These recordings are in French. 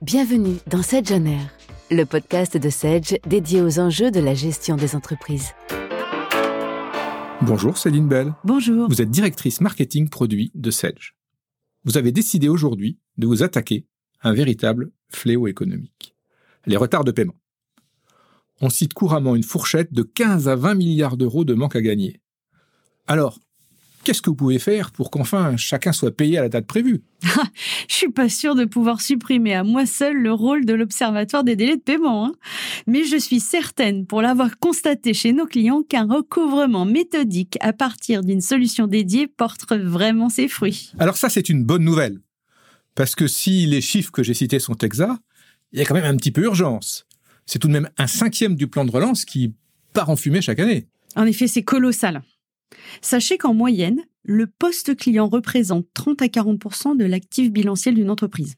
Bienvenue dans Sedge On Air, le podcast de Sedge dédié aux enjeux de la gestion des entreprises. Bonjour Céline Bell. Bonjour. Vous êtes directrice marketing produit de Sedge. Vous avez décidé aujourd'hui de vous attaquer à un véritable fléau économique, les retards de paiement. On cite couramment une fourchette de 15 à 20 milliards d'euros de manque à gagner. Alors, qu'est-ce que vous pouvez faire pour qu'enfin chacun soit payé à la date prévue ? Je suis pas sûre de pouvoir supprimer à moi seule le rôle de l'Observatoire des délais de paiement. Mais je suis certaine, pour l'avoir constaté chez nos clients, qu'un recouvrement méthodique à partir d'une solution dédiée porte vraiment ses fruits. Alors ça, c'est une bonne nouvelle. Parce que si les chiffres que j'ai cités sont exacts, il y a quand même un petit peu urgence. C'est tout de même 1/5 du plan de relance qui part en fumée chaque année. En effet, c'est colossal. Sachez qu'en moyenne, le poste client représente 30 à 40% de l'actif bilanciel d'une entreprise.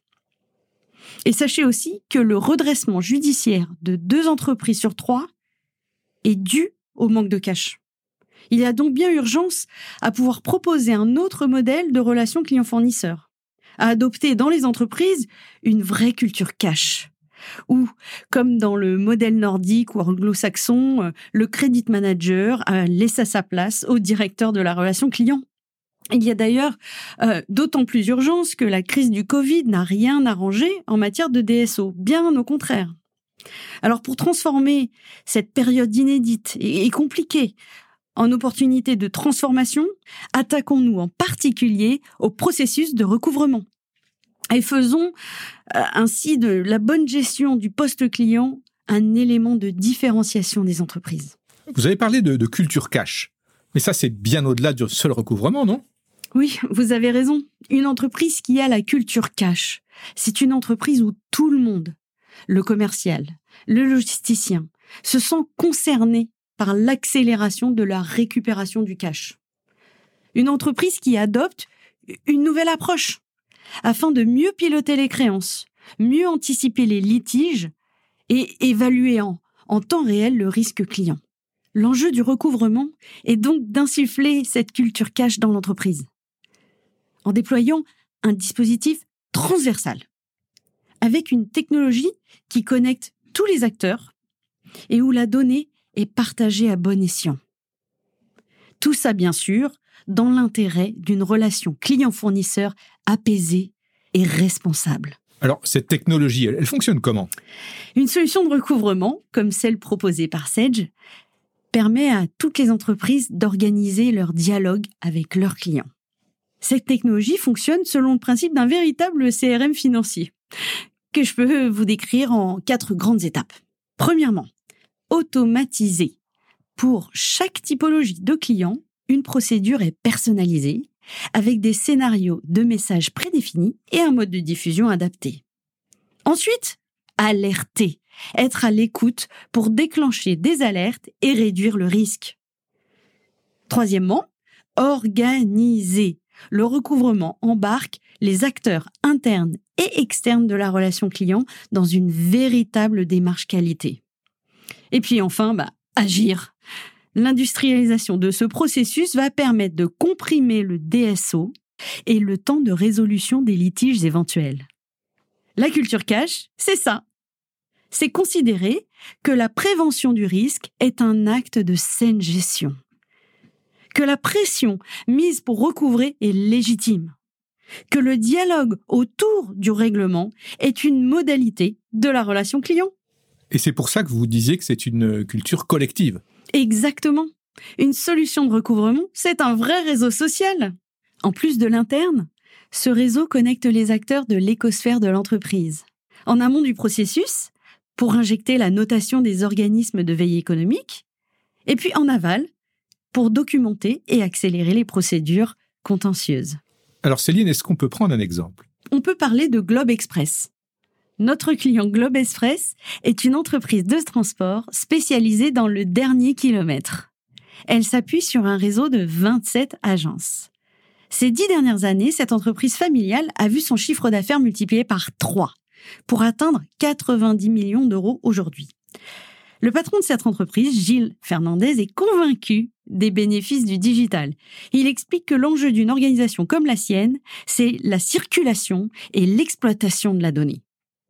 Et sachez aussi que le redressement judiciaire de 2 entreprises sur 3 est dû au manque de cash. Il y a donc bien urgence à pouvoir proposer un autre modèle de relation client-fournisseur, à adopter dans les entreprises une vraie culture cash. Ou, comme dans le modèle nordique ou anglo-saxon, le credit manager a laissé sa place au directeur de la relation client. Il y a d'ailleurs d'autant plus urgence que la crise du Covid n'a rien arrangé en matière de DSO, bien au contraire. Alors pour transformer cette période inédite et compliquée en opportunité de transformation, attaquons-nous en particulier au processus de recouvrement. Et faisons ainsi de la bonne gestion du poste client un élément de différenciation des entreprises. Vous avez parlé de culture cash. Mais ça, c'est bien au-delà du seul recouvrement, non ? Oui, vous avez raison. Une entreprise qui a la culture cash, c'est une entreprise où tout le monde, le commercial, le logisticien, se sent concerné par l'accélération de la récupération du cash. Une entreprise qui adopte une nouvelle approche afin de mieux piloter les créances, mieux anticiper les litiges et évaluer en temps réel le risque client. L'enjeu du recouvrement est donc d'insuffler cette culture cash dans l'entreprise, en déployant un dispositif transversal, avec une technologie qui connecte tous les acteurs et où la donnée est partagée à bon escient. Tout ça, bien sûr, dans l'intérêt d'une relation client-fournisseur apaisée et responsable. Alors, cette technologie, elle fonctionne comment ? Une solution de recouvrement, comme celle proposée par Sedge, permet à toutes les entreprises d'organiser leur dialogue avec leurs clients. Cette technologie fonctionne selon le principe d'un véritable CRM financier, que je peux vous décrire en 4 grandes étapes. Premièrement, automatiser. Pour chaque typologie de client, une procédure est personnalisée, avec des scénarios de messages prédéfinis et un mode de diffusion adapté. Ensuite, alerter. Être à l'écoute pour déclencher des alertes et réduire le risque. Troisièmement, organiser. Le recouvrement embarque les acteurs internes et externes de la relation client dans une véritable démarche qualité. Et puis enfin, agir. L'industrialisation de ce processus va permettre de comprimer le DSO et le temps de résolution des litiges éventuels. La culture cash, c'est ça. C'est considérer que la prévention du risque est un acte de saine gestion. Que la pression mise pour recouvrer est légitime. Que le dialogue autour du règlement est une modalité de la relation client. Et c'est pour ça que vous disiez que c'est une culture collective. Exactement. Une solution de recouvrement, c'est un vrai réseau social. En plus de l'interne, ce réseau connecte les acteurs de l'écosphère de l'entreprise. En amont du processus, pour injecter la notation des organismes de veille économique, et puis en aval, pour documenter et accélérer les procédures contentieuses. Alors Céline, est-ce qu'on peut prendre un exemple ? On peut parler de Globe Express. Notre client Globe Express est une entreprise de transport spécialisée dans le dernier kilomètre. Elle s'appuie sur un réseau de 27 agences. Ces 10 dernières années, cette entreprise familiale a vu son chiffre d'affaires multiplié par 3 pour atteindre 90 millions d'euros aujourd'hui. Le patron de cette entreprise, Gilles Fernandez, est convaincu des bénéfices du digital. Il explique que l'enjeu d'une organisation comme la sienne, c'est la circulation et l'exploitation de la donnée.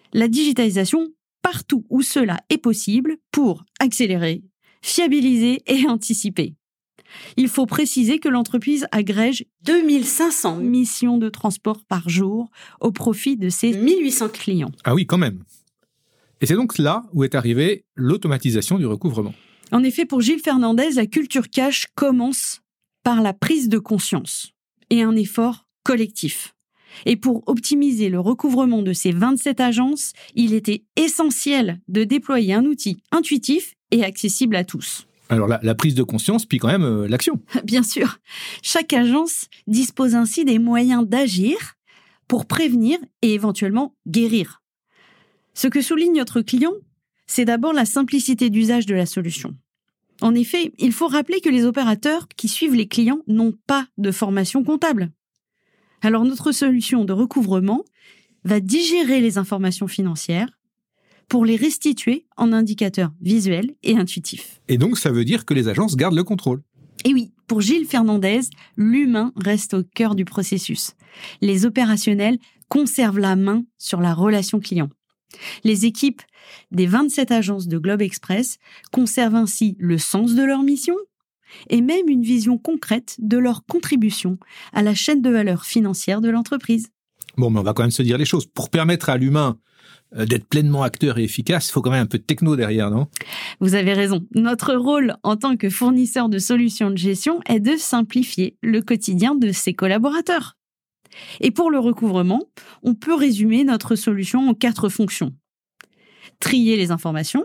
la digitalisation partout où cela est possible pour accélérer, fiabiliser et anticiper. Il faut préciser que l'entreprise agrège 2500 missions de transport par jour au profit de ses 1800 clients. Ah oui, quand même. Et c'est donc là où est arrivée l'automatisation du recouvrement. En effet, pour Gilles Fernandez, la culture cash commence par la prise de conscience et un effort collectif. Et pour optimiser le recouvrement de ces 27 agences, il était essentiel de déployer un outil intuitif et accessible à tous. Alors la prise de conscience, puis quand même l'action. Bien sûr, chaque agence dispose ainsi des moyens d'agir pour prévenir et éventuellement guérir. Ce que souligne notre client, c'est d'abord la simplicité d'usage de la solution. En effet, il faut rappeler que les opérateurs qui suivent les clients n'ont pas de formation comptable. Alors notre solution de recouvrement va digérer les informations financières pour les restituer en indicateurs visuels et intuitifs. Et donc ça veut dire que les agences gardent le contrôle. Et oui, pour Gilles Fernandez, l'humain reste au cœur du processus. Les opérationnels conservent la main sur la relation client. Les équipes des 27 agences de Globe Express conservent ainsi le sens de leur mission et même une vision concrète de leur contribution à la chaîne de valeur financière de l'entreprise. Bon, mais on va quand même se dire les choses. Pour permettre à l'humain d'être pleinement acteur et efficace, il faut quand même un peu de techno derrière, non ? Vous avez raison. Notre rôle en tant que fournisseur de solutions de gestion est de simplifier le quotidien de ses collaborateurs. Et pour le recouvrement, on peut résumer notre solution en 4 fonctions. Trier les informations,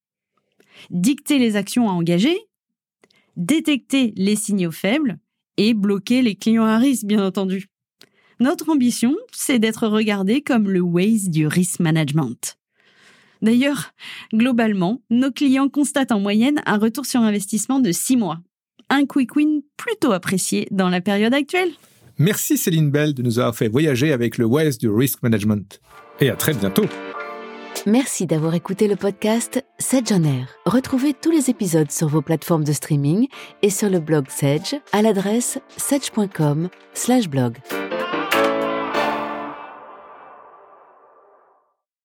dicter les actions à engager, détecter les signaux faibles et bloquer les clients à risque, bien entendu. Notre ambition, c'est d'être regardé comme le Waze du risk management. D'ailleurs, globalement, nos clients constatent en moyenne un retour sur investissement de 6 mois. Un quick win plutôt apprécié dans la période actuelle. Merci Céline Bell de nous avoir fait voyager avec le Waze du risk management. Et à très bientôt. Merci d'avoir écouté le podcast Sedge on Air. Retrouvez tous les épisodes sur vos plateformes de streaming et sur le blog Sedge à l'adresse sedge.com/blog.